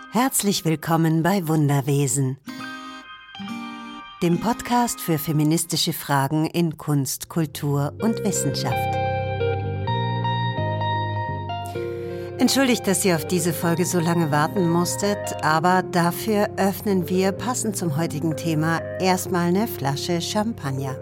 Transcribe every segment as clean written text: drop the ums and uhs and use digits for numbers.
Herzlich willkommen bei Wunderwesen, dem Podcast für feministische Fragen in Kunst, Kultur und Wissenschaft. Entschuldigt, dass ihr auf diese Folge so lange warten musstet, aber dafür öffnen wir, passend zum heutigen Thema, erstmal eine Flasche Champagner.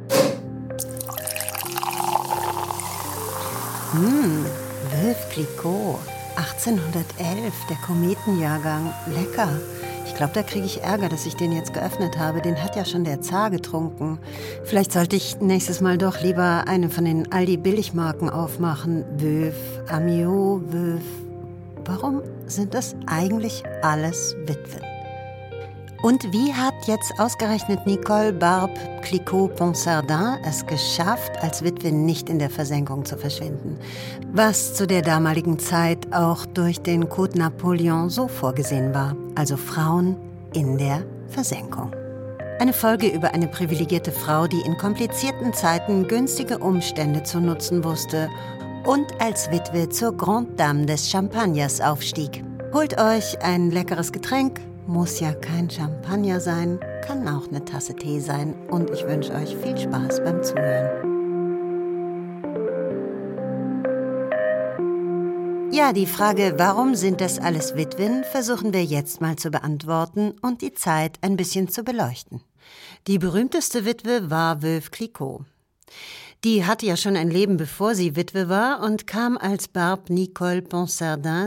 Veuve Clicquot, 1811, der Kometenjahrgang. Lecker. Ich glaube, da kriege ich Ärger, dass ich den jetzt geöffnet habe. Den hat ja schon der Zar getrunken. Vielleicht sollte ich nächstes Mal doch lieber eine von den Aldi-Billigmarken aufmachen. Veuve, Amiot, Veuve. Warum sind das eigentlich alles Witwen? Und wie hat jetzt ausgerechnet Nicole Barbe Clicquot-Ponsardin es geschafft, als Witwe nicht in der Versenkung zu verschwinden? Was zu der damaligen Zeit auch durch den Code Napoleon so vorgesehen war, also Frauen in der Versenkung. Eine Folge über eine privilegierte Frau, die in komplizierten Zeiten günstige Umstände zu nutzen wusste und als Witwe zur Grande Dame des Champagners aufstieg. Holt euch ein leckeres Getränk. Muss ja kein Champagner sein, kann auch eine Tasse Tee sein und ich wünsche euch viel Spaß beim Zuhören. Ja, die Frage, warum sind das alles Witwen, versuchen wir jetzt mal zu beantworten und die Zeit ein bisschen zu beleuchten. Die berühmteste Witwe war Veuve Clicquot. Die hatte ja schon ein Leben, bevor sie Witwe war und kam als Barbe Nicole Ponsardin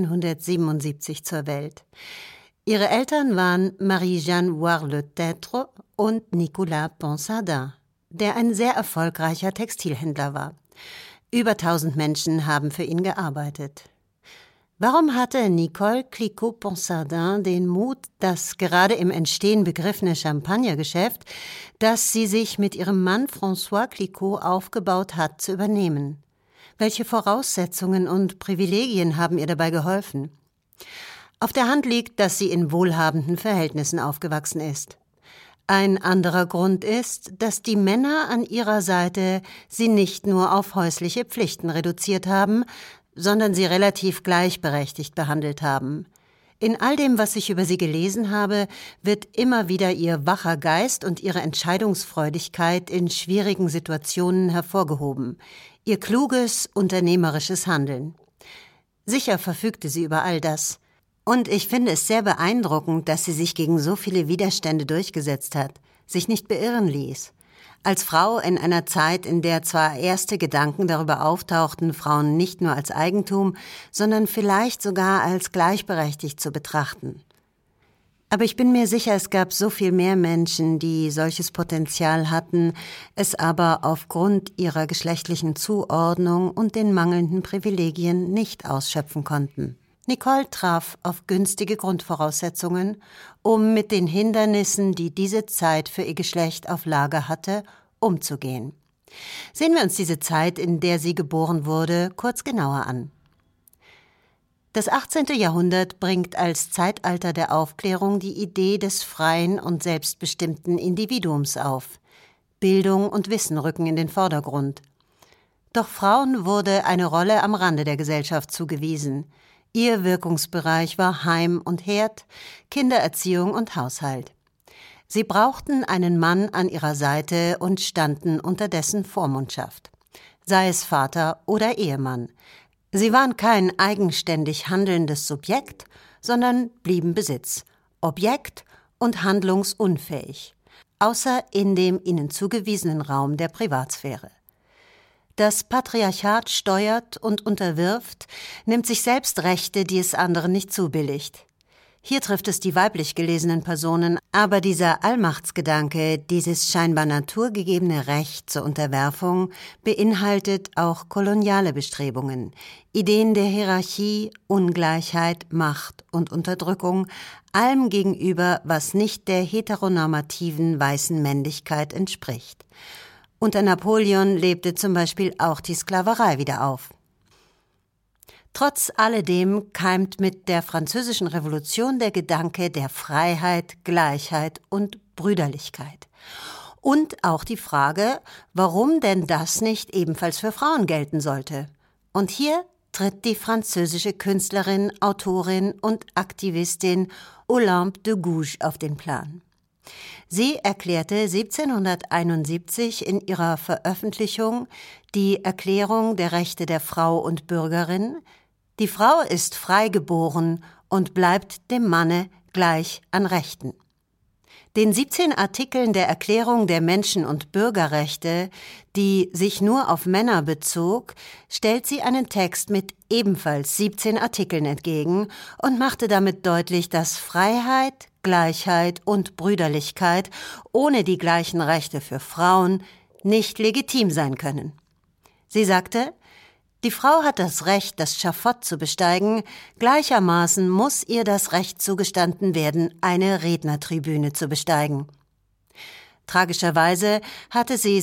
1777 zur Welt. Ihre Eltern waren Marie-Jeanne Voir-le-Têtre und Nicolas Ponsardin, der ein sehr erfolgreicher Textilhändler war. Über 1000 Menschen haben für ihn gearbeitet. Warum hatte Nicole Clicquot-Ponsardin den Mut, das gerade im Entstehen begriffene Champagnergeschäft, das sie sich mit ihrem Mann François Clicquot aufgebaut hat, zu übernehmen? Welche Voraussetzungen und Privilegien haben ihr dabei geholfen? Auf der Hand liegt, dass sie in wohlhabenden Verhältnissen aufgewachsen ist. Ein anderer Grund ist, dass die Männer an ihrer Seite sie nicht nur auf häusliche Pflichten reduziert haben, sondern sie relativ gleichberechtigt behandelt haben. In all dem, was ich über sie gelesen habe, wird immer wieder ihr wacher Geist und ihre Entscheidungsfreudigkeit in schwierigen Situationen hervorgehoben, ihr kluges, unternehmerisches Handeln. Sicher verfügte sie über all das. Und ich finde es sehr beeindruckend, dass sie sich gegen so viele Widerstände durchgesetzt hat, sich nicht beirren ließ. Als Frau in einer Zeit, in der zwar erste Gedanken darüber auftauchten, Frauen nicht nur als Eigentum, sondern vielleicht sogar als gleichberechtigt zu betrachten. Aber ich bin mir sicher, es gab so viel mehr Menschen, die solches Potenzial hatten, es aber aufgrund ihrer geschlechtlichen Zuordnung und den mangelnden Privilegien nicht ausschöpfen konnten. Nicole traf auf günstige Grundvoraussetzungen, um mit den Hindernissen, die diese Zeit für ihr Geschlecht auf Lager hatte, umzugehen. Sehen wir uns diese Zeit, in der sie geboren wurde, kurz genauer an. Das 18. Jahrhundert bringt als Zeitalter der Aufklärung die Idee des freien und selbstbestimmten Individuums auf. Bildung und Wissen rücken in den Vordergrund. Doch Frauen wurde eine Rolle am Rande der Gesellschaft zugewiesen. Ihr Wirkungsbereich war Heim und Herd, Kindererziehung und Haushalt. Sie brauchten einen Mann an ihrer Seite und standen unter dessen Vormundschaft, sei es Vater oder Ehemann. Sie waren kein eigenständig handelndes Subjekt, sondern blieben Besitz, Objekt und handlungsunfähig, außer in dem ihnen zugewiesenen Raum der Privatsphäre. Das Patriarchat steuert und unterwirft, nimmt sich selbst Rechte, die es anderen nicht zubilligt. Hier trifft es die weiblich gelesenen Personen, aber dieser Allmachtsgedanke, dieses scheinbar naturgegebene Recht zur Unterwerfung, beinhaltet auch koloniale Bestrebungen, Ideen der Hierarchie, Ungleichheit, Macht und Unterdrückung, allem gegenüber, was nicht der heteronormativen weißen Männlichkeit entspricht. Unter Napoleon lebte zum Beispiel auch die Sklaverei wieder auf. Trotz alledem keimt mit der Französischen Revolution der Gedanke der Freiheit, Gleichheit und Brüderlichkeit. Und auch die Frage, warum denn das nicht ebenfalls für Frauen gelten sollte. Und hier vertritt die französische Künstlerin, Autorin und Aktivistin Olympe de Gouges auf den Plan. Sie erklärte 1771 in ihrer Veröffentlichung Die Erklärung der Rechte der Frau und Bürgerin: Die Frau ist frei geboren und bleibt dem Manne gleich an Rechten. Den 17 Artikeln der Erklärung der Menschen- und Bürgerrechte, die sich nur auf Männer bezog, stellt sie einen Text mit ebenfalls 17 Artikeln entgegen und machte damit deutlich, dass Freiheit, Gleichheit und Brüderlichkeit ohne die gleichen Rechte für Frauen nicht legitim sein können. Sie sagte: Die Frau hat das Recht, das Schafott zu besteigen, gleichermaßen muss ihr das Recht zugestanden werden, eine Rednertribüne zu besteigen. Tragischerweise hatte sie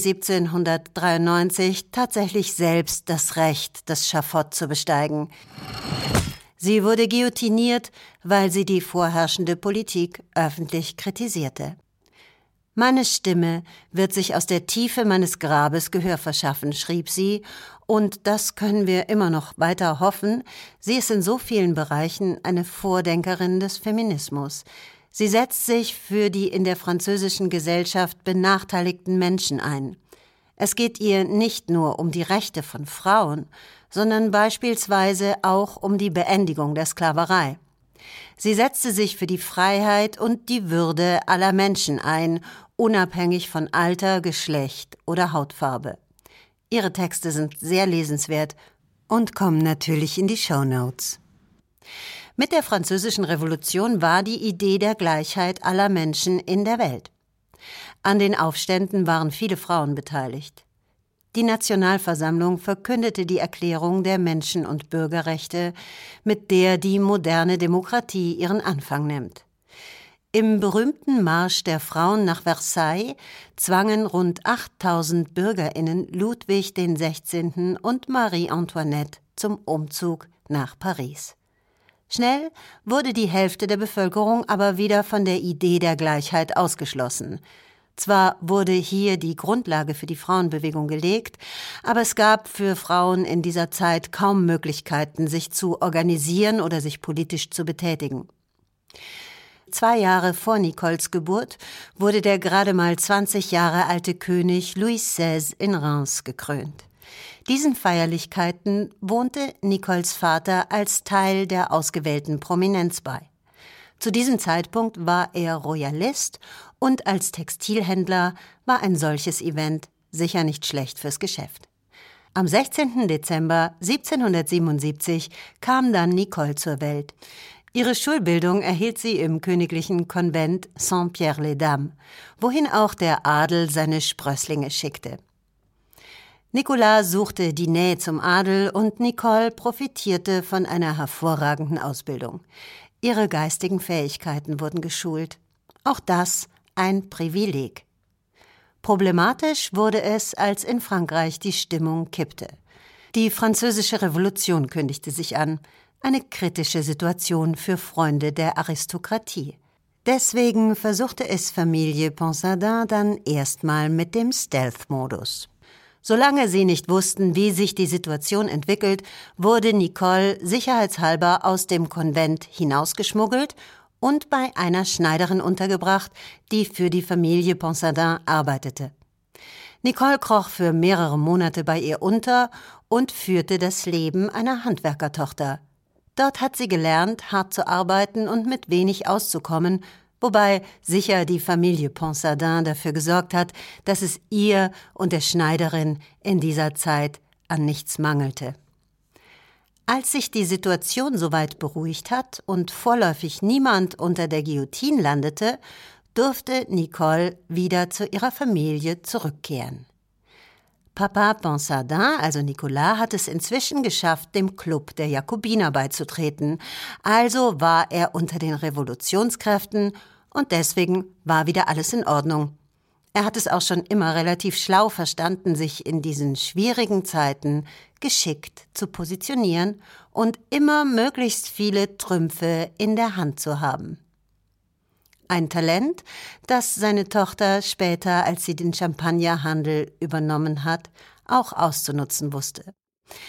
1793 tatsächlich selbst das Recht, das Schafott zu besteigen. Sie wurde guillotiniert, weil sie die vorherrschende Politik öffentlich kritisierte. Meine Stimme wird sich aus der Tiefe meines Grabes Gehör verschaffen, schrieb sie, und das können wir immer noch weiter hoffen. Sie ist in so vielen Bereichen eine Vordenkerin des Feminismus. Sie setzt sich für die in der französischen Gesellschaft benachteiligten Menschen ein. Es geht ihr nicht nur um die Rechte von Frauen, sondern beispielsweise auch um die Beendigung der Sklaverei. Sie setzte sich für die Freiheit und die Würde aller Menschen ein, unabhängig von Alter, Geschlecht oder Hautfarbe. Ihre Texte sind sehr lesenswert und kommen natürlich in die Shownotes. Mit der Französischen Revolution war die Idee der Gleichheit aller Menschen in der Welt. An den Aufständen waren viele Frauen beteiligt. Die Nationalversammlung verkündete die Erklärung der Menschen- und Bürgerrechte, mit der die moderne Demokratie ihren Anfang nimmt. Im berühmten Marsch der Frauen nach Versailles zwangen rund 8000 BürgerInnen Ludwig XVI. Und Marie Antoinette zum Umzug nach Paris. Schnell wurde die Hälfte der Bevölkerung aber wieder von der Idee der Gleichheit ausgeschlossen. Zwar wurde hier die Grundlage für die Frauenbewegung gelegt, aber es gab für Frauen in dieser Zeit kaum Möglichkeiten, sich zu organisieren oder sich politisch zu betätigen. 2 Jahre vor Nicoles Geburt wurde der gerade mal 20 Jahre alte König Louis XVI in Reims gekrönt. Diesen Feierlichkeiten wohnte Nicoles Vater als Teil der ausgewählten Prominenz bei. Zu diesem Zeitpunkt war er Royalist und als Textilhändler war ein solches Event sicher nicht schlecht fürs Geschäft. Am 16. Dezember 1777 kam dann Nicole zur Welt. Ihre Schulbildung erhielt sie im königlichen Konvent Saint-Pierre-les-Dames, wohin auch der Adel seine Sprösslinge schickte. Nicolas suchte die Nähe zum Adel und Nicole profitierte von einer hervorragenden Ausbildung. Ihre geistigen Fähigkeiten wurden geschult. Auch das ein Privileg. Problematisch wurde es, als in Frankreich die Stimmung kippte. Die Französische Revolution kündigte sich an. Eine kritische Situation für Freunde der Aristokratie. Deswegen versuchte es Familie Ponsardin dann erstmal mit dem Stealth-Modus. Solange sie nicht wussten, wie sich die Situation entwickelt, wurde Nicole sicherheitshalber aus dem Konvent hinausgeschmuggelt und bei einer Schneiderin untergebracht, die für die Familie Ponsardin arbeitete. Nicole kroch für mehrere Monate bei ihr unter und führte das Leben einer Handwerkertochter. Dort hat sie gelernt, hart zu arbeiten und mit wenig auszukommen, wobei sicher die Familie Ponsardin dafür gesorgt hat, dass es ihr und der Schneiderin in dieser Zeit an nichts mangelte. Als sich die Situation soweit beruhigt hat und vorläufig niemand unter der Guillotine landete, durfte Nicole wieder zu ihrer Familie zurückkehren. Papa Ponsardin, also Nicolas, hat es inzwischen geschafft, dem Club der Jakobiner beizutreten. Also war er unter den Revolutionskräften und deswegen war wieder alles in Ordnung. Er hat es auch schon immer relativ schlau verstanden, sich in diesen schwierigen Zeiten geschickt zu positionieren und immer möglichst viele Trümpfe in der Hand zu haben. Ein Talent, das seine Tochter später, als sie den Champagnerhandel übernommen hat, auch auszunutzen wusste.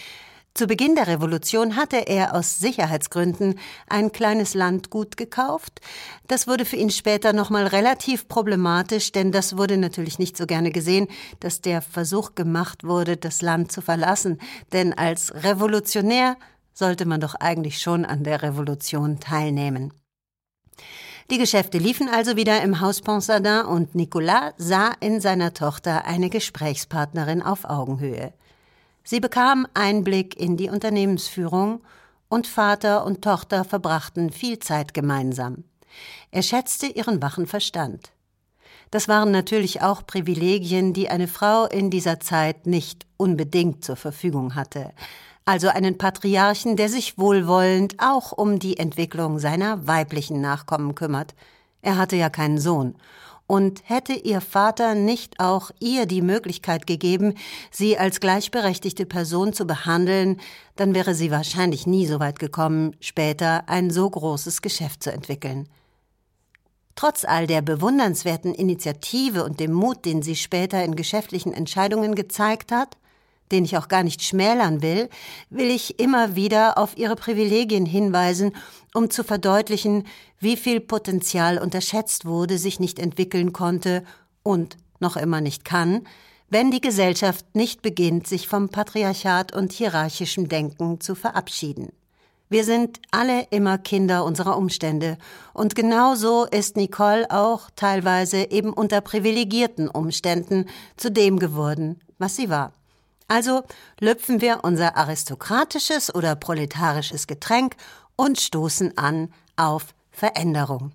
Zu Beginn der Revolution hatte er aus Sicherheitsgründen ein kleines Landgut gekauft. Das wurde für ihn später nochmal relativ problematisch, denn das wurde natürlich nicht so gerne gesehen, dass der Versuch gemacht wurde, das Land zu verlassen. Denn als Revolutionär sollte man doch eigentlich schon an der Revolution teilnehmen. Die Geschäfte liefen also wieder im Haus Ponsardin und Nicolas sah in seiner Tochter eine Gesprächspartnerin auf Augenhöhe. Sie bekam Einblick in die Unternehmensführung und Vater und Tochter verbrachten viel Zeit gemeinsam. Er schätzte ihren wachen Verstand. Das waren natürlich auch Privilegien, die eine Frau in dieser Zeit nicht unbedingt zur Verfügung hatte. Also einen Patriarchen, der sich wohlwollend auch um die Entwicklung seiner weiblichen Nachkommen kümmert. Er hatte ja keinen Sohn. Und hätte ihr Vater nicht auch ihr die Möglichkeit gegeben, sie als gleichberechtigte Person zu behandeln, dann wäre sie wahrscheinlich nie so weit gekommen, später ein so großes Geschäft zu entwickeln. Trotz all der bewundernswerten Initiative und dem Mut, den sie später in geschäftlichen Entscheidungen gezeigt hat, den ich auch gar nicht schmälern will ich immer wieder auf ihre Privilegien hinweisen, um zu verdeutlichen, wie viel Potenzial unterschätzt wurde, sich nicht entwickeln konnte und noch immer nicht kann, wenn die Gesellschaft nicht beginnt, sich vom Patriarchat und hierarchischem Denken zu verabschieden. Wir sind alle immer Kinder unserer Umstände und genauso ist Nicole auch teilweise eben unter privilegierten Umständen zu dem geworden, was sie war. Also lüpfen wir unser aristokratisches oder proletarisches Getränk und stoßen an auf Veränderung.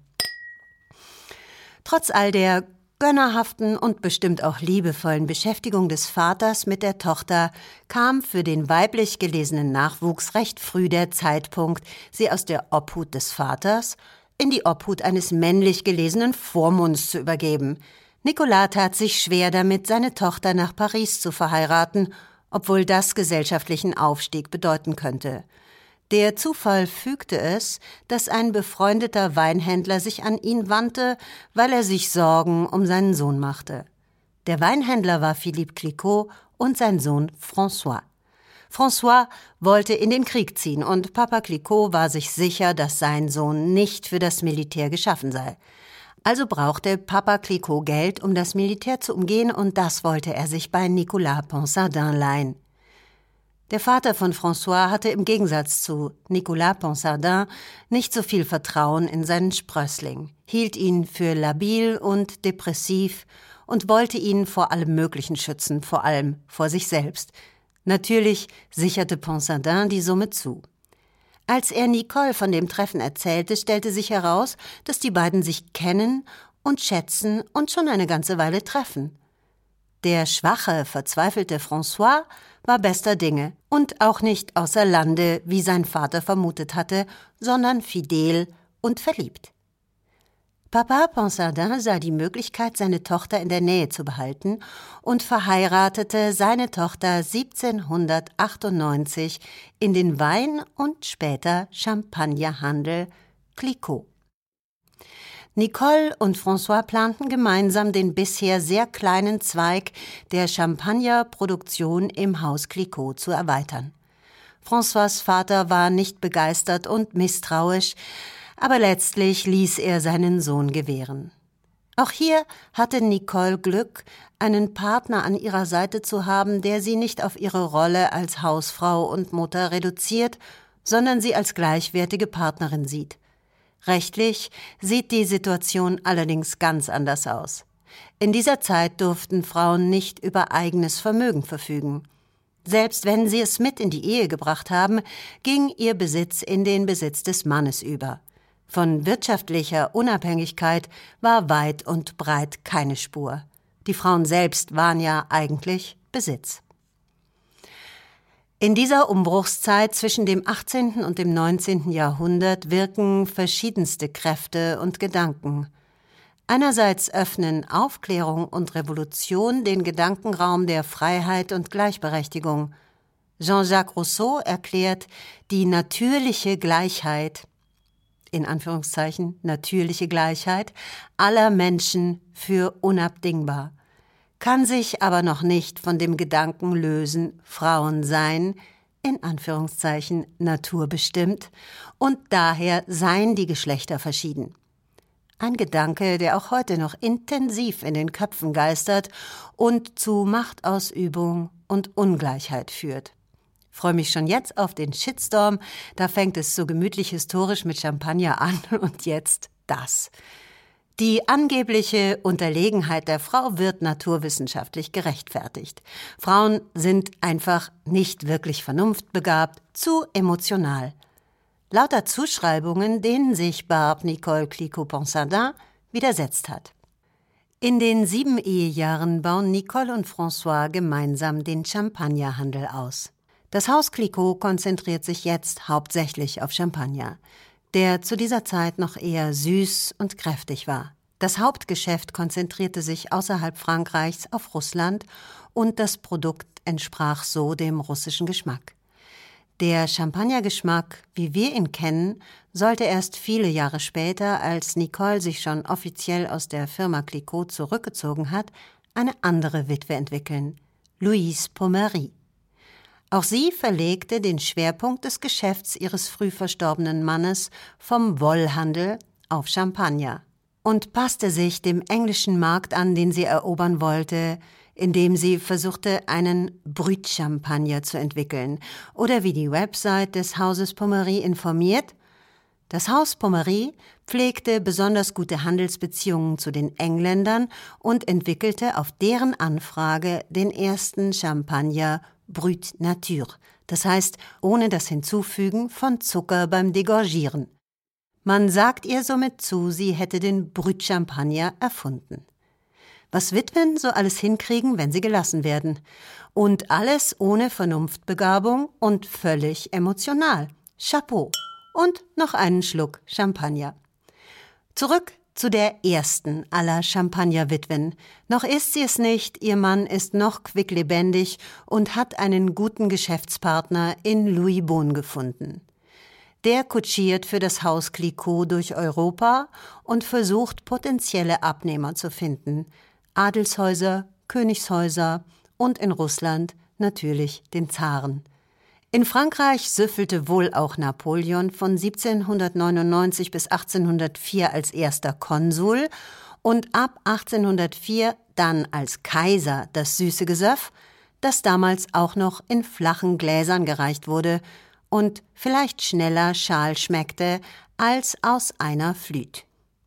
Trotz all der gönnerhaften und bestimmt auch liebevollen Beschäftigung des Vaters mit der Tochter kam für den weiblich gelesenen Nachwuchs recht früh der Zeitpunkt, sie aus der Obhut des Vaters in die Obhut eines männlich gelesenen Vormunds zu übergeben. Nicolas tat sich schwer damit, seine Tochter nach Paris zu verheiraten, obwohl das gesellschaftlichen Aufstieg bedeuten könnte. Der Zufall fügte es, dass ein befreundeter Weinhändler sich an ihn wandte, weil er sich Sorgen um seinen Sohn machte. Der Weinhändler war Philippe Clicquot und sein Sohn François. François wollte in den Krieg ziehen und Papa Clicquot war sich sicher, dass sein Sohn nicht für das Militär geschaffen sei. Also brauchte Papa Clicquot Geld, um das Militär zu umgehen, und das wollte er sich bei Nicolas Ponsardin leihen. Der Vater von François hatte im Gegensatz zu Nicolas Ponsardin nicht so viel Vertrauen in seinen Sprössling, hielt ihn für labil und depressiv und wollte ihn vor allem Möglichen schützen, vor allem vor sich selbst. Natürlich sicherte Ponsardin die Summe zu. Als er Nicole von dem Treffen erzählte, stellte sich heraus, dass die beiden sich kennen und schätzen und schon eine ganze Weile treffen. Der schwache, verzweifelte François war bester Dinge und auch nicht außer Lande, wie sein Vater vermutet hatte, sondern fidel und verliebt. Papa Ponsardin sah die Möglichkeit, seine Tochter in der Nähe zu behalten und verheiratete seine Tochter 1798 in den Wein- und später Champagnerhandel Clicquot. Nicole und François planten gemeinsam den bisher sehr kleinen Zweig der Champagnerproduktion im Haus Clicquot zu erweitern. François' Vater war nicht begeistert und misstrauisch, aber letztlich ließ er seinen Sohn gewähren. Auch hier hatte Nicole Glück, einen Partner an ihrer Seite zu haben, der sie nicht auf ihre Rolle als Hausfrau und Mutter reduziert, sondern sie als gleichwertige Partnerin sieht. Rechtlich sieht die Situation allerdings ganz anders aus. In dieser Zeit durften Frauen nicht über eigenes Vermögen verfügen. Selbst wenn sie es mit in die Ehe gebracht haben, ging ihr Besitz in den Besitz des Mannes über. Von wirtschaftlicher Unabhängigkeit war weit und breit keine Spur. Die Frauen selbst waren ja eigentlich Besitz. In dieser Umbruchszeit zwischen dem 18. und dem 19. Jahrhundert wirken verschiedenste Kräfte und Gedanken. Einerseits öffnen Aufklärung und Revolution den Gedankenraum der Freiheit und Gleichberechtigung. Jean-Jacques Rousseau erklärt die natürliche Gleichheit, in Anführungszeichen natürliche Gleichheit, aller Menschen für unabdingbar, kann sich aber noch nicht von dem Gedanken lösen, Frauen seien in Anführungszeichen naturbestimmt und daher seien die Geschlechter verschieden. Ein Gedanke, der auch heute noch intensiv in den Köpfen geistert und zu Machtausübung und Ungleichheit führt. Freue mich schon jetzt auf den Shitstorm, da fängt es so gemütlich historisch mit Champagner an und jetzt das. Die angebliche Unterlegenheit der Frau wird naturwissenschaftlich gerechtfertigt. Frauen sind einfach nicht wirklich vernunftbegabt, zu emotional. Lauter Zuschreibungen, denen sich Barbe Nicole Clicquot-Ponsardin widersetzt hat. In den 7 Ehejahren bauen Nicole und François gemeinsam den Champagnerhandel aus. Das Haus Clicquot konzentriert sich jetzt hauptsächlich auf Champagner, der zu dieser Zeit noch eher süß und kräftig war. Das Hauptgeschäft konzentrierte sich außerhalb Frankreichs auf Russland und das Produkt entsprach so dem russischen Geschmack. Der Champagnergeschmack, wie wir ihn kennen, sollte erst viele Jahre später, als Nicole sich schon offiziell aus der Firma Clicquot zurückgezogen hat, eine andere Witwe entwickeln, Louise Pommery. Auch sie verlegte den Schwerpunkt des Geschäfts ihres früh verstorbenen Mannes vom Wollhandel auf Champagner und passte sich dem englischen Markt an, den sie erobern wollte, indem sie versuchte, einen Brut-Champagner zu entwickeln. Oder wie die Website des Hauses Pommery informiert, das Haus Pommery pflegte besonders gute Handelsbeziehungen zu den Engländern und entwickelte auf deren Anfrage den ersten Champagner Brut Nature, das heißt ohne das Hinzufügen von Zucker beim Degorgieren. Man sagt ihr somit zu, sie hätte den Brut Champagner erfunden. Was Witwen so alles hinkriegen, wenn sie gelassen werden. Und alles ohne Vernunftbegabung und völlig emotional. Chapeau. Und noch einen Schluck Champagner. Zurück zu der ersten aller Champagnerwitwen. Noch ist sie es nicht, ihr Mann ist noch quicklebendig und hat einen guten Geschäftspartner in Louis Beaune gefunden. Der kutschiert für das Haus Clicquot durch Europa und versucht, potenzielle Abnehmer zu finden. Adelshäuser, Königshäuser und in Russland natürlich den Zaren. In Frankreich süffelte wohl auch Napoleon von 1799 bis 1804 als erster Konsul und ab 1804 dann als Kaiser das süße Gesöff, das damals auch noch in flachen Gläsern gereicht wurde und vielleicht schneller Schal schmeckte als aus einer Flûte.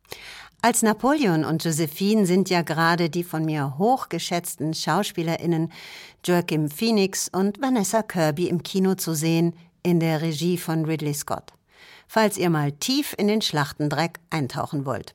Als Napoleon und Josephine sind ja gerade die von mir hochgeschätzten SchauspielerInnen Joaquin Phoenix und Vanessa Kirby im Kino zu sehen, in der Regie von Ridley Scott, falls ihr mal tief in den Schlachtendreck eintauchen wollt.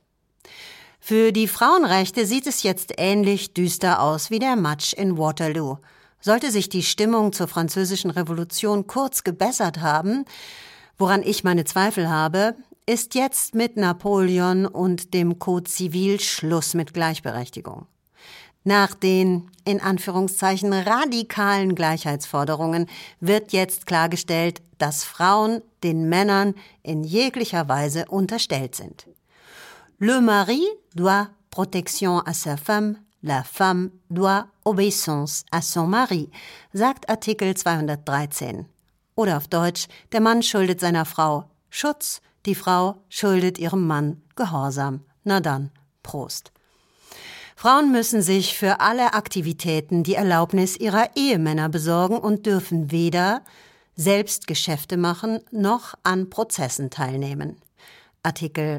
Für die Frauenrechte sieht es jetzt ähnlich düster aus wie der Match in Waterloo. Sollte sich die Stimmung zur Französischen Revolution kurz gebessert haben, woran ich meine Zweifel habe, ist jetzt mit Napoleon und dem Code Civil Schluss mit Gleichberechtigung. Nach den, in Anführungszeichen, radikalen Gleichheitsforderungen wird jetzt klargestellt, dass Frauen den Männern in jeglicher Weise unterstellt sind. Le mari doit protection à sa femme, la femme doit obéissance à son mari, sagt Artikel 213. Oder auf Deutsch, der Mann schuldet seiner Frau Schutz, die Frau schuldet ihrem Mann Gehorsam. Na dann, Prost. Frauen müssen sich für alle Aktivitäten die Erlaubnis ihrer Ehemänner besorgen und dürfen weder selbst Geschäfte machen noch an Prozessen teilnehmen. Artikel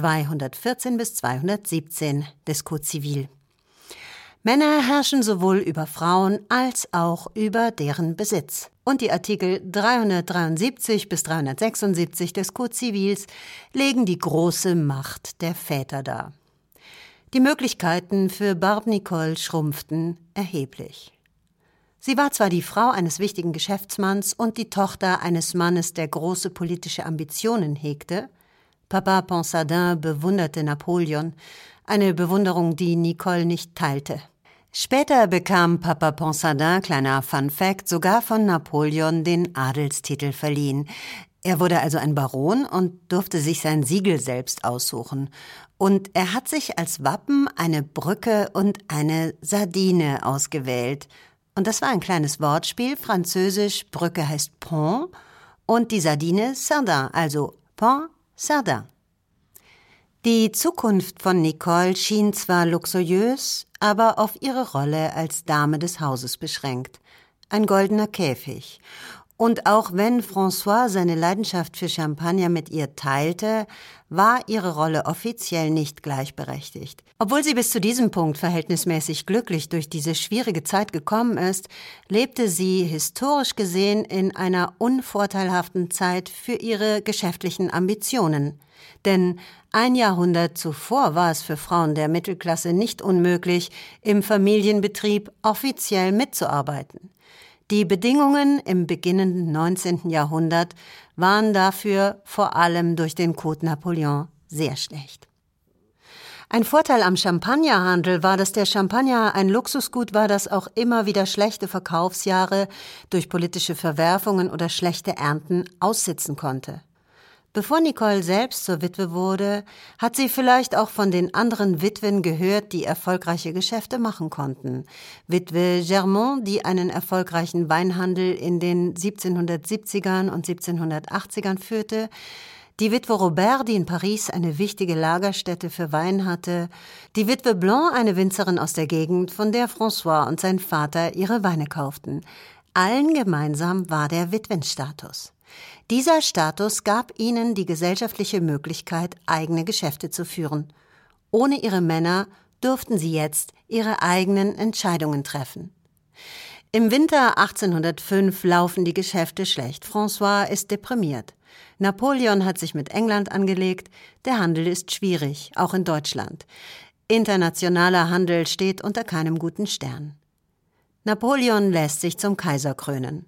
214 bis 217 des Code Civil. Männer herrschen sowohl über Frauen als auch über deren Besitz. Und die Artikel 373 bis 376 des Code Civils legen die große Macht der Väter dar. Die Möglichkeiten für Barbe Nicole schrumpften erheblich. Sie war zwar die Frau eines wichtigen Geschäftsmanns und die Tochter eines Mannes, der große politische Ambitionen hegte. Papa Ponsardin bewunderte Napoleon, eine Bewunderung, die Nicole nicht teilte. Später bekam Papa Ponsardin, kleiner Fun Fact, sogar von Napoleon den Adelstitel verliehen. Er wurde also ein Baron und durfte sich sein Siegel selbst aussuchen. Und er hat sich als Wappen eine Brücke und eine Sardine ausgewählt. Und das war ein kleines Wortspiel. Französisch Brücke heißt Pont und die Sardine Sardin, also Pont Sardin. Die Zukunft von Nicole schien zwar luxuriös, aber auf ihre Rolle als Dame des Hauses beschränkt. Ein goldener Käfig. Und auch wenn François seine Leidenschaft für Champagner mit ihr teilte, war ihre Rolle offiziell nicht gleichberechtigt. Obwohl sie bis zu diesem Punkt verhältnismäßig glücklich durch diese schwierige Zeit gekommen ist, lebte sie historisch gesehen in einer unvorteilhaften Zeit für ihre geschäftlichen Ambitionen. Denn ein Jahrhundert zuvor war es für Frauen der Mittelklasse nicht unmöglich, im Familienbetrieb offiziell mitzuarbeiten. Die Bedingungen im beginnenden 19. Jahrhundert waren dafür vor allem durch den Code Napoleon sehr schlecht. Ein Vorteil am Champagnerhandel war, dass der Champagner ein Luxusgut war, das auch immer wieder schlechte Verkaufsjahre durch politische Verwerfungen oder schlechte Ernten aussitzen konnte. Bevor Nicole selbst zur Witwe wurde, hat sie vielleicht auch von den anderen Witwen gehört, die erfolgreiche Geschäfte machen konnten. Witwe Germont, die einen erfolgreichen Weinhandel in den 1770ern und 1780ern führte, die Witwe Robert, die in Paris eine wichtige Lagerstätte für Wein hatte, die Witwe Blanc, eine Winzerin aus der Gegend, von der François und sein Vater ihre Weine kauften. Allen gemeinsam war der Witwenstatus. Dieser Status gab ihnen die gesellschaftliche Möglichkeit, eigene Geschäfte zu führen. Ohne ihre Männer durften sie jetzt ihre eigenen Entscheidungen treffen. Im Winter 1805 laufen die Geschäfte schlecht. François ist deprimiert. Napoleon hat sich mit England angelegt. Der Handel ist schwierig, auch in Deutschland. Internationaler Handel steht unter keinem guten Stern. Napoleon lässt sich zum Kaiser krönen.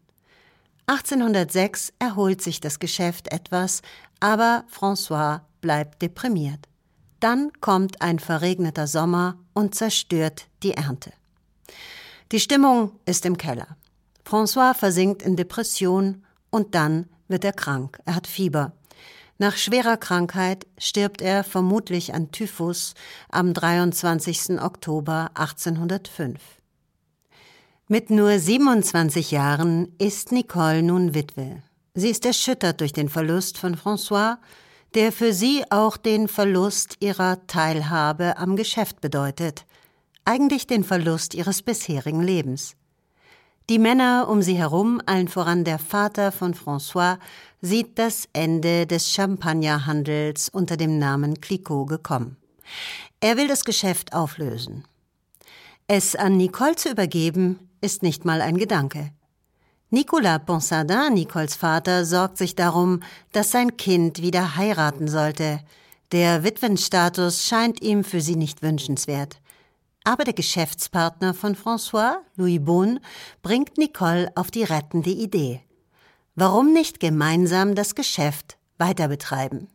1806 erholt sich das Geschäft etwas, aber François bleibt deprimiert. Dann kommt ein verregneter Sommer und zerstört die Ernte. Die Stimmung ist im Keller. François versinkt in Depression und dann wird er krank. Er hat Fieber. Nach schwerer Krankheit stirbt er vermutlich an Typhus am 23. Oktober 1805. Mit nur 27 Jahren ist Nicole nun Witwe. Sie ist erschüttert durch den Verlust von François, der für sie auch den Verlust ihrer Teilhabe am Geschäft bedeutet, eigentlich den Verlust ihres bisherigen Lebens. Die Männer um sie herum, allen voran der Vater von François, sieht das Ende des Champagnerhandels unter dem Namen Clicquot gekommen. Er will das Geschäft auflösen. Es an Nicole zu übergeben, ist nicht mal ein Gedanke. Nicolas Ponsardin, Nicoles Vater, sorgt sich darum, dass sein Kind wieder heiraten sollte. Der Witwenstatus scheint ihm für sie nicht wünschenswert. Aber der Geschäftspartner von François, Louis Beaune, bringt Nicole auf die rettende Idee. Warum nicht gemeinsam das Geschäft weiter betreiben?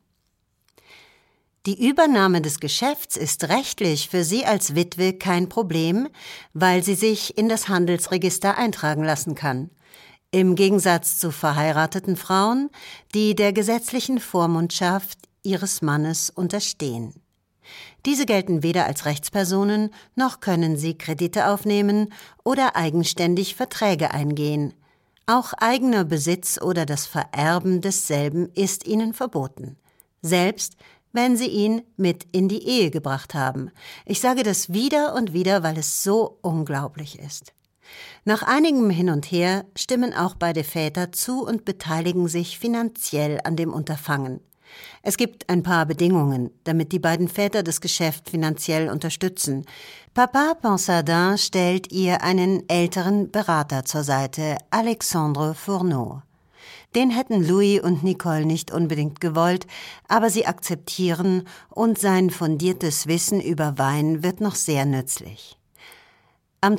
Die Übernahme des Geschäfts ist rechtlich für sie als Witwe kein Problem, weil sie sich in das Handelsregister eintragen lassen kann. Im Gegensatz zu verheirateten Frauen, die der gesetzlichen Vormundschaft ihres Mannes unterstehen. Diese gelten weder als Rechtspersonen, noch können sie Kredite aufnehmen oder eigenständig Verträge eingehen. Auch eigener Besitz oder das Vererben desselben ist ihnen verboten. Selbst wenn sie ihn mit in die Ehe gebracht haben. Ich sage das wieder und wieder, weil es so unglaublich ist. Nach einigem Hin und Her stimmen auch beide Väter zu und beteiligen sich finanziell an dem Unterfangen. Es gibt ein paar Bedingungen, damit die beiden Väter das Geschäft finanziell unterstützen. Papa Ponsardin stellt ihr einen älteren Berater zur Seite, Alexandre Fourneau. Den hätten Louis und Nicole nicht unbedingt gewollt, aber sie akzeptieren und sein fundiertes Wissen über Wein wird noch sehr nützlich. Am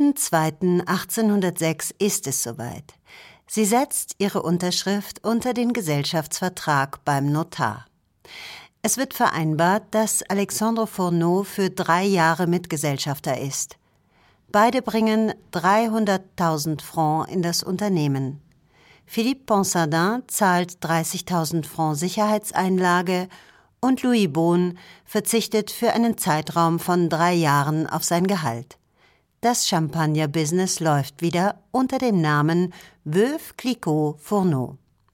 10.02.1806 ist es soweit. Sie setzt ihre Unterschrift unter den Gesellschaftsvertrag beim Notar. Es wird vereinbart, dass Alexandre Fourneau für 3 Jahre Mitgesellschafter ist. Beide bringen 300.000 Francs in das Unternehmen. Philippe Ponsardin zahlt 30.000 Francs Sicherheitseinlage und Louis Beaune verzichtet für einen Zeitraum von 3 Jahren auf sein Gehalt. Das Champagner-Business läuft wieder unter dem Namen Veuve Clicquot Fourneau.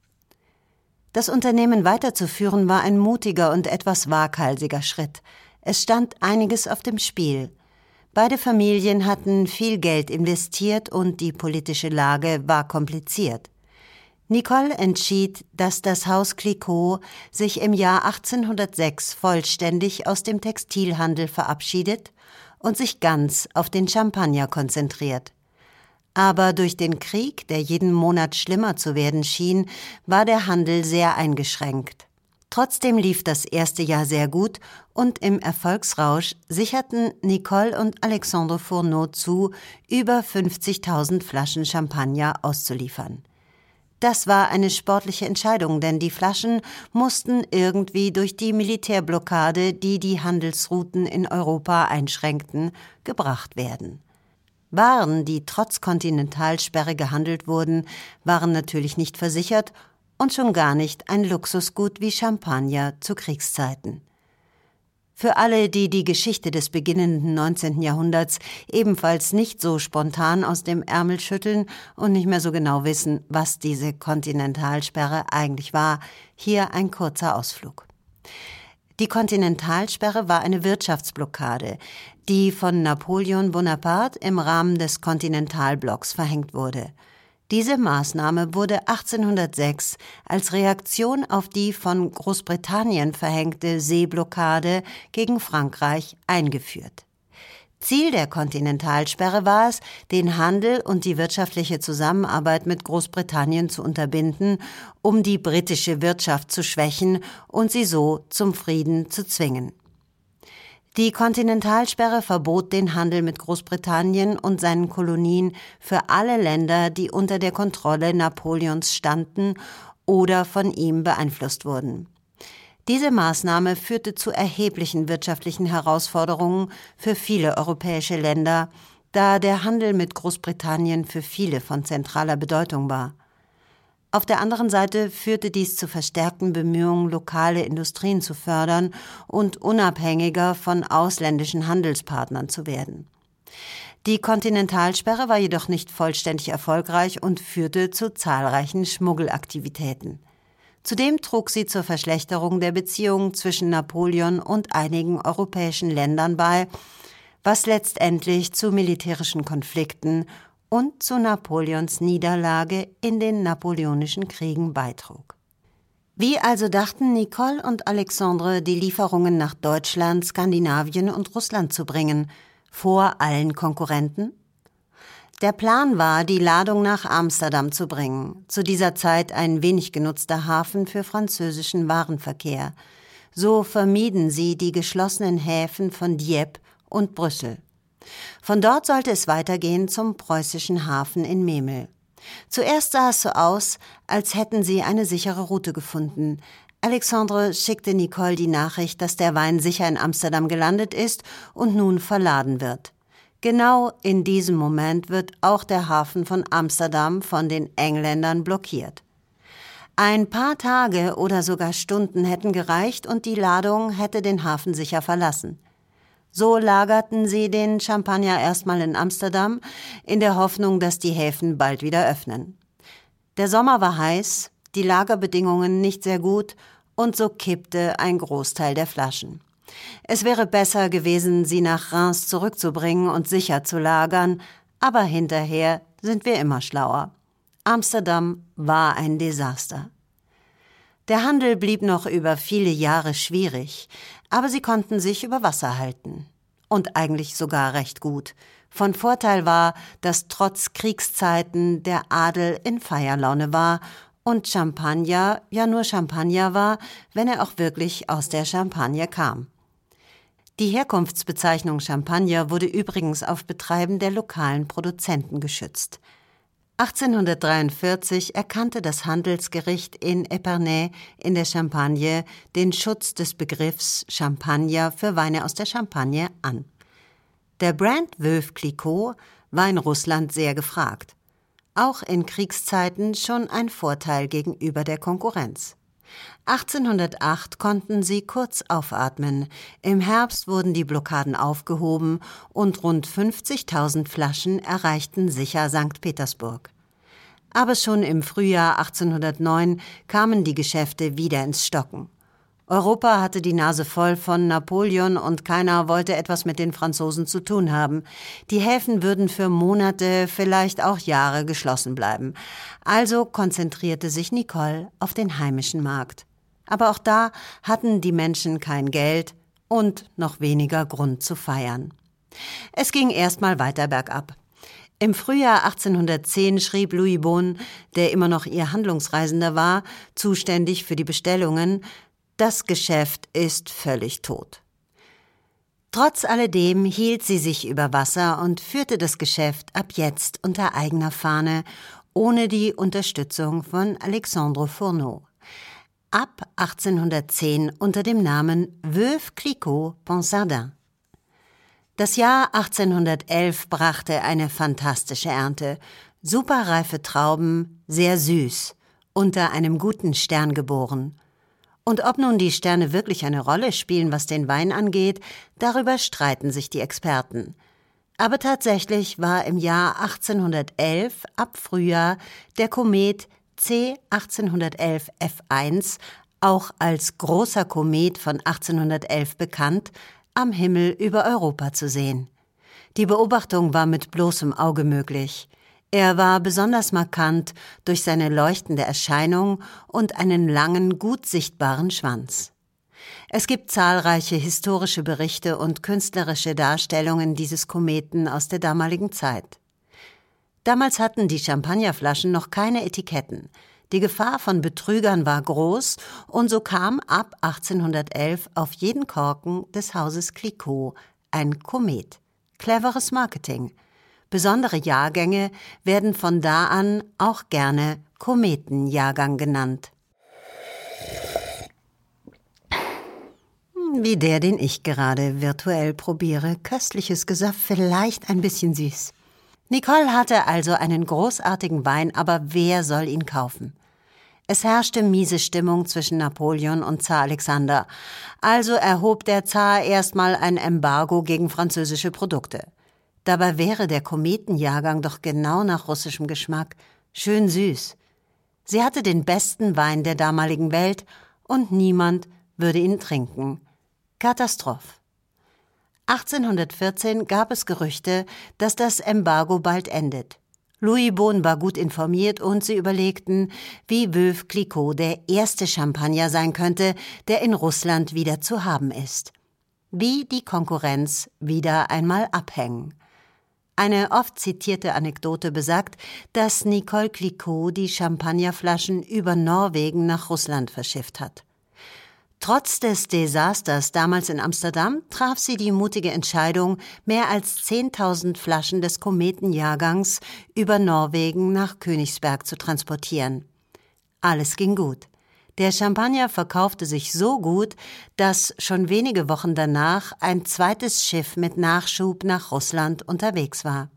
Das Unternehmen weiterzuführen war ein mutiger und etwas waghalsiger Schritt. Es stand einiges auf dem Spiel. Beide Familien hatten viel Geld investiert und die politische Lage war kompliziert. Nicole entschied, dass das Haus Clicquot sich im Jahr 1806 vollständig aus dem Textilhandel verabschiedet und sich ganz auf den Champagner konzentriert. Aber durch den Krieg, der jeden Monat schlimmer zu werden schien, war der Handel sehr eingeschränkt. Trotzdem lief das erste Jahr sehr gut und im Erfolgsrausch sicherten Nicole und Alexandre Fourneau zu, über 50.000 Flaschen Champagner auszuliefern. Das war eine sportliche Entscheidung, denn die Flaschen mussten irgendwie durch die Militärblockade, die die Handelsrouten in Europa einschränkten, gebracht werden. Waren, die trotz Kontinentalsperre gehandelt wurden, waren natürlich nicht versichert und schon gar nicht ein Luxusgut wie Champagner zu Kriegszeiten. Für alle, die die Geschichte des beginnenden 19. Jahrhunderts ebenfalls nicht so spontan aus dem Ärmel schütteln und nicht mehr so genau wissen, was diese Kontinentalsperre eigentlich war, hier ein kurzer Ausflug. Die Kontinentalsperre war eine Wirtschaftsblockade, die von Napoleon Bonaparte im Rahmen des Kontinentalblocks verhängt wurde. Diese Maßnahme wurde 1806 als Reaktion auf die von Großbritannien verhängte Seeblockade gegen Frankreich eingeführt. Ziel der Kontinentalsperre war es, den Handel und die wirtschaftliche Zusammenarbeit mit Großbritannien zu unterbinden, um die britische Wirtschaft zu schwächen und sie so zum Frieden zu zwingen. Die Kontinentalsperre verbot den Handel mit Großbritannien und seinen Kolonien für alle Länder, die unter der Kontrolle Napoleons standen oder von ihm beeinflusst wurden. Diese Maßnahme führte zu erheblichen wirtschaftlichen Herausforderungen für viele europäische Länder, da der Handel mit Großbritannien für viele von zentraler Bedeutung war. Auf der anderen Seite führte dies zu verstärkten Bemühungen, lokale Industrien zu fördern und unabhängiger von ausländischen Handelspartnern zu werden. Die Kontinentalsperre war jedoch nicht vollständig erfolgreich und führte zu zahlreichen Schmuggelaktivitäten. Zudem trug sie zur Verschlechterung der Beziehungen zwischen Napoleon und einigen europäischen Ländern bei, was letztendlich zu militärischen Konflikten und zu Napoleons Niederlage in den Napoleonischen Kriegen beitrug. Wie also dachten Nicole und Alexandre, die Lieferungen nach Deutschland, Skandinavien und Russland zu bringen, vor allen Konkurrenten? Der Plan war, die Ladung nach Amsterdam zu bringen, zu dieser Zeit ein wenig genutzter Hafen für französischen Warenverkehr. So vermieden sie die geschlossenen Häfen von Dieppe und Brüssel. Von dort sollte es weitergehen zum preußischen Hafen in Memel. Zuerst sah es so aus, als hätten sie eine sichere Route gefunden. Alexandre schickte Nicole die Nachricht, dass der Wein sicher in Amsterdam gelandet ist und nun verladen wird. Genau in diesem Moment wird auch der Hafen von Amsterdam von den Engländern blockiert. Ein paar Tage oder sogar Stunden hätten gereicht und die Ladung hätte den Hafen sicher verlassen. So lagerten sie den Champagner erstmal in Amsterdam, in der Hoffnung, dass die Häfen bald wieder öffnen. Der Sommer war heiß, die Lagerbedingungen nicht sehr gut und so kippte ein Großteil der Flaschen. Es wäre besser gewesen, sie nach Reims zurückzubringen und sicher zu lagern, aber hinterher sind wir immer schlauer. Amsterdam war ein Desaster. Der Handel blieb noch über viele Jahre schwierig, aber sie konnten sich über Wasser halten. Und eigentlich sogar recht gut. Von Vorteil war, dass trotz Kriegszeiten der Adel in Feierlaune war und Champagner ja nur Champagner war, wenn er auch wirklich aus der Champagne kam. Die Herkunftsbezeichnung Champagner wurde übrigens auf Betreiben der lokalen Produzenten geschützt. 1843 erkannte das Handelsgericht in Epernay in der Champagne den Schutz des Begriffs Champagner für Weine aus der Champagne an. Der Brand Veuve Clicquot war in Russland sehr gefragt. Auch in Kriegszeiten schon ein Vorteil gegenüber der Konkurrenz. 1808 konnten sie kurz aufatmen. Im Herbst wurden die Blockaden aufgehoben und rund 50.000 Flaschen erreichten sicher St. Petersburg. Aber schon im Frühjahr 1809 kamen die Geschäfte wieder ins Stocken. Europa hatte die Nase voll von Napoleon und keiner wollte etwas mit den Franzosen zu tun haben. Die Häfen würden für Monate, vielleicht auch Jahre geschlossen bleiben. Also konzentrierte sich Nicole auf den heimischen Markt. Aber auch da hatten die Menschen kein Geld und noch weniger Grund zu feiern. Es ging erstmal weiter bergab. Im Frühjahr 1810 schrieb Louis Beaune, der immer noch ihr Handlungsreisender war, zuständig für die Bestellungen: Das Geschäft ist völlig tot. Trotz alledem hielt sie sich über Wasser und führte das Geschäft ab jetzt unter eigener Fahne, ohne die Unterstützung von Alexandre Fourneau. Ab 1810 unter dem Namen Veuve Clicquot Ponsardin. Das Jahr 1811 brachte eine fantastische Ernte. Superreife Trauben, sehr süß, unter einem guten Stern geboren. Und ob nun die Sterne wirklich eine Rolle spielen, was den Wein angeht, darüber streiten sich die Experten. Aber tatsächlich war im Jahr 1811 ab Frühjahr der Komet C 1811 F1, auch als großer Komet von 1811 bekannt, am Himmel über Europa zu sehen. Die Beobachtung war mit bloßem Auge möglich. Er war besonders markant durch seine leuchtende Erscheinung und einen langen, gut sichtbaren Schwanz. Es gibt zahlreiche historische Berichte und künstlerische Darstellungen dieses Kometen aus der damaligen Zeit. Damals hatten die Champagnerflaschen noch keine Etiketten. Die Gefahr von Betrügern war groß und so kam ab 1811 auf jeden Korken des Hauses Clicquot ein Komet. Cleveres Marketing. Besondere Jahrgänge werden von da an auch gerne Kometenjahrgang genannt. Wie der, den ich gerade virtuell probiere. Köstliches Gesöff, vielleicht ein bisschen süß. Nicole hatte also einen großartigen Wein, aber wer soll ihn kaufen? Es herrschte miese Stimmung zwischen Napoleon und Zar Alexander. Also erhob der Zar erstmal ein Embargo gegen französische Produkte. Dabei wäre der Kometenjahrgang doch genau nach russischem Geschmack, schön süß. Sie hatte den besten Wein der damaligen Welt und niemand würde ihn trinken. Katastrophe. 1814 gab es Gerüchte, dass das Embargo bald endet. Louis Beaune war gut informiert und sie überlegten, wie Veuve Clicquot der erste Champagner sein könnte, der in Russland wieder zu haben ist. Wie die Konkurrenz wieder einmal abhängen. Eine oft zitierte Anekdote besagt, dass Nicole Clicquot die Champagnerflaschen über Norwegen nach Russland verschifft hat. Trotz des Desasters damals in Amsterdam traf sie die mutige Entscheidung, mehr als 10.000 Flaschen des Kometenjahrgangs über Norwegen nach Königsberg zu transportieren. Alles ging gut. Der Champagner verkaufte sich so gut, dass schon wenige Wochen danach ein zweites Schiff mit Nachschub nach Russland unterwegs war.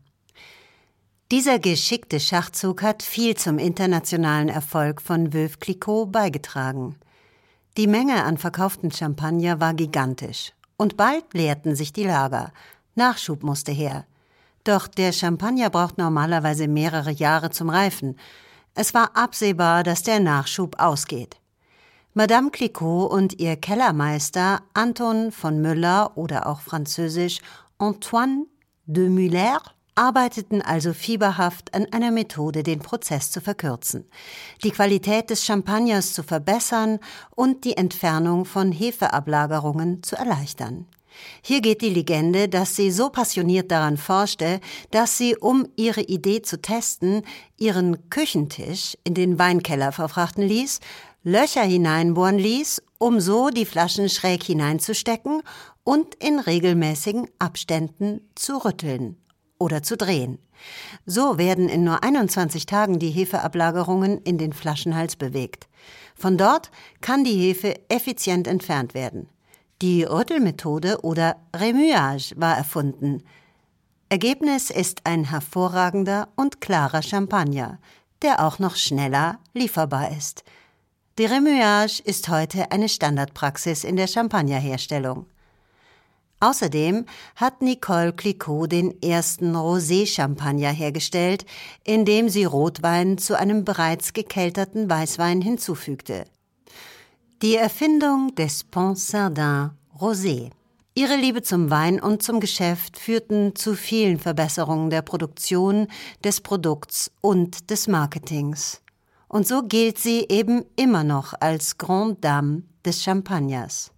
Dieser geschickte Schachzug hat viel zum internationalen Erfolg von Veuve Clicquot beigetragen. Die Menge an verkauften Champagner war gigantisch und bald leerten sich die Lager. Nachschub musste her. Doch der Champagner braucht normalerweise mehrere Jahre zum Reifen. Es war absehbar, dass der Nachschub ausgeht. Madame Clicquot und ihr Kellermeister Anton von Müller oder auch französisch Antoine de Muller arbeiteten also fieberhaft an einer Methode, den Prozess zu verkürzen, die Qualität des Champagners zu verbessern und die Entfernung von Hefeablagerungen zu erleichtern. Hier geht die Legende, dass sie so passioniert daran forschte, dass sie, um ihre Idee zu testen, ihren Küchentisch in den Weinkeller verfrachten ließ, Löcher hineinbohren ließ, um so die Flaschen schräg hineinzustecken und in regelmäßigen Abständen zu rütteln oder zu drehen. So werden in nur 21 Tagen die Hefeablagerungen in den Flaschenhals bewegt. Von dort kann die Hefe effizient entfernt werden. Die Rüttelmethode oder Remuage war erfunden. Ergebnis ist ein hervorragender und klarer Champagner, der auch noch schneller lieferbar ist. Die Remuage ist heute eine Standardpraxis in der Champagnerherstellung. Außerdem hat Nicole Clicquot den ersten Rosé-Champagner hergestellt, indem sie Rotwein zu einem bereits gekelterten Weißwein hinzufügte. Die Erfindung des Pontcerdin Rosé. Ihre Liebe zum Wein und zum Geschäft führten zu vielen Verbesserungen der Produktion, des Produkts und des Marketings. Und so gilt sie eben immer noch als Grande Dame des Champagners.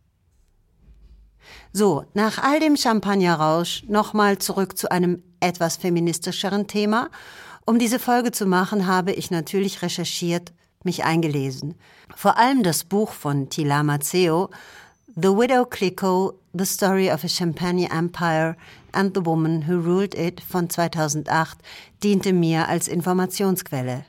So, nach all dem Champagnerrausch nochmal zurück zu einem etwas feministischeren Thema. Um diese Folge zu machen, habe ich natürlich recherchiert, mich eingelesen. Vor allem das Buch von Tila Maceo, The Widow Clicquot, The Story of a Champagne Empire and the Woman Who Ruled It von 2008, diente mir als Informationsquelle.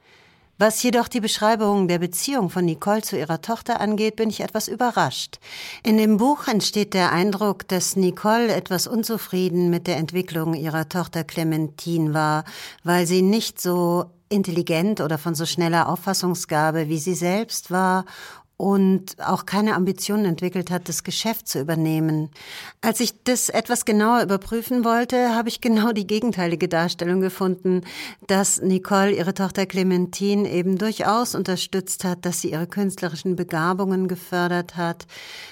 Was jedoch die Beschreibung der Beziehung von Nicole zu ihrer Tochter angeht, bin ich etwas überrascht. In dem Buch entsteht der Eindruck, dass Nicole etwas unzufrieden mit der Entwicklung ihrer Tochter Clementine war, weil sie nicht so intelligent oder von so schneller Auffassungsgabe wie sie selbst war und auch keine Ambitionen entwickelt hat, das Geschäft zu übernehmen. Als ich das etwas genauer überprüfen wollte, habe ich genau die gegenteilige Darstellung gefunden, dass Nicole ihre Tochter Clementine eben durchaus unterstützt hat, dass sie ihre künstlerischen Begabungen gefördert hat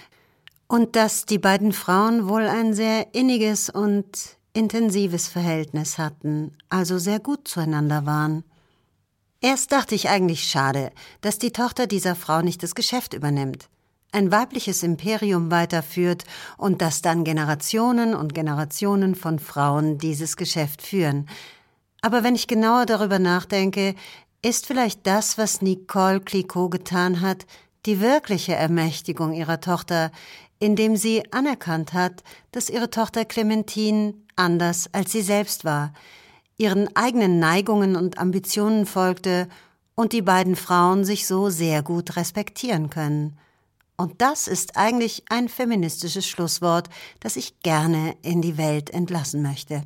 und dass die beiden Frauen wohl ein sehr inniges und intensives Verhältnis hatten, also sehr gut zueinander waren. Erst dachte ich eigentlich schade, dass die Tochter dieser Frau nicht das Geschäft übernimmt, ein weibliches Imperium weiterführt und dass dann Generationen und Generationen von Frauen dieses Geschäft führen. Aber wenn ich genauer darüber nachdenke, ist vielleicht das, was Nicole Clicquot getan hat, die wirkliche Ermächtigung ihrer Tochter, indem sie anerkannt hat, dass ihre Tochter Clementine anders als sie selbst war, ihren eigenen Neigungen und Ambitionen folgte und die beiden Frauen sich so sehr gut respektieren können. Und das ist eigentlich ein feministisches Schlusswort, das ich gerne in die Welt entlassen möchte.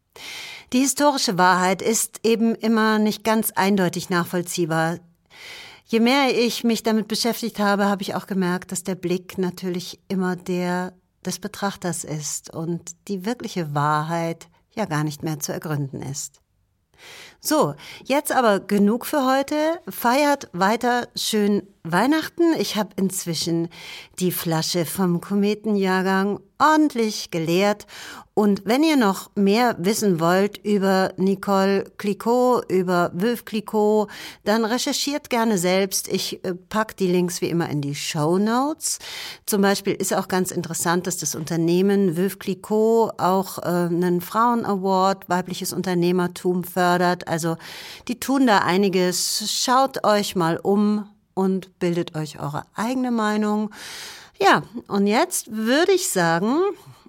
Die historische Wahrheit ist eben immer nicht ganz eindeutig nachvollziehbar. Je mehr ich mich damit beschäftigt habe, habe ich auch gemerkt, dass der Blick natürlich immer der des Betrachters ist und die wirkliche Wahrheit ja gar nicht mehr zu ergründen ist. So, jetzt aber genug für heute. Feiert weiter schön Weihnachten. Ich habe inzwischen die Flasche vom Kometenjahrgang ordentlich geleert. Und wenn ihr noch mehr wissen wollt über Nicole Clicquot, über Veuve Clicquot, dann recherchiert gerne selbst. Ich pack die Links wie immer in die Shownotes. Zum Beispiel ist auch ganz interessant, dass das Unternehmen Veuve Clicquot auch einen Frauen-Award, weibliches Unternehmertum fördert. Also die tun da einiges. Schaut euch mal um und bildet euch eure eigene Meinung. Ja, und jetzt würde ich sagen,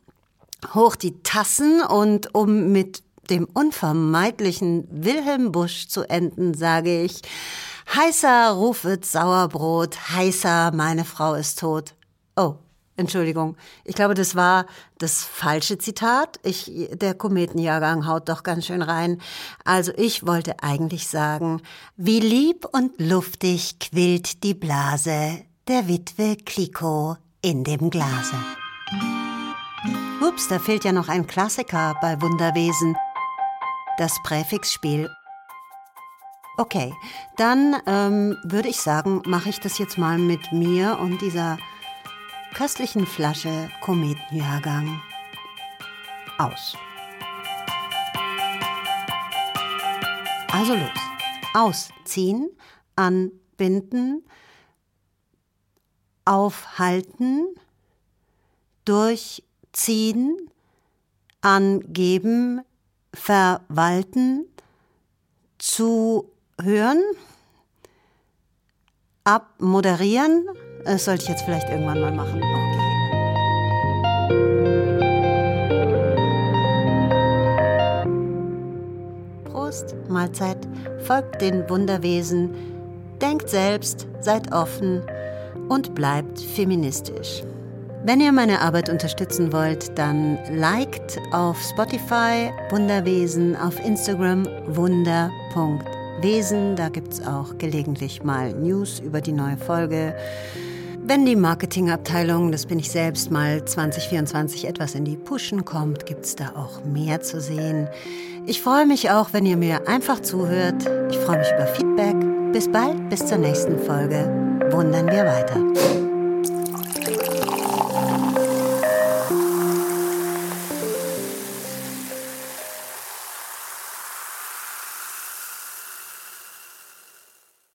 hoch die Tassen und um mit dem unvermeidlichen Wilhelm Busch zu enden, sage ich, heißer rufet Sauerbrot, heißer meine Frau ist tot. Oh, Entschuldigung, ich glaube, das war das falsche Zitat. Der Kometenjahrgang haut doch ganz schön rein. Also ich wollte eigentlich sagen, wie lieb und luftig quillt die Blase der Witwe Clicquot in dem Glase. Ups, da fehlt ja noch ein Klassiker bei Wunderwesen, das Präfixspiel. Okay, dann würde ich sagen, mache ich das jetzt mal mit mir und dieser köstlichen Flasche Kometenjahrgang aus. Also los. Ausziehen, anbinden, aufhalten, durchziehen, angeben, verwalten, zuhören, abmoderieren. Das sollte ich jetzt vielleicht irgendwann mal machen. Okay. Prost, Mahlzeit, folgt den Wunderwesen, denkt selbst, seid offen und bleibt feministisch. Wenn ihr meine Arbeit unterstützen wollt, dann liked auf Spotify Wunderwesen, auf Instagram wunder.wesen. Wesen. Da gibt's auch gelegentlich mal News über die neue Folge. Wenn die Marketingabteilung, das bin ich selbst, mal 2024 etwas in die Pushen kommt, gibt's da auch mehr zu sehen. Ich freue mich auch, wenn ihr mir einfach zuhört. Ich freue mich über Feedback. Bis bald, bis zur nächsten Folge. Wundern wir weiter.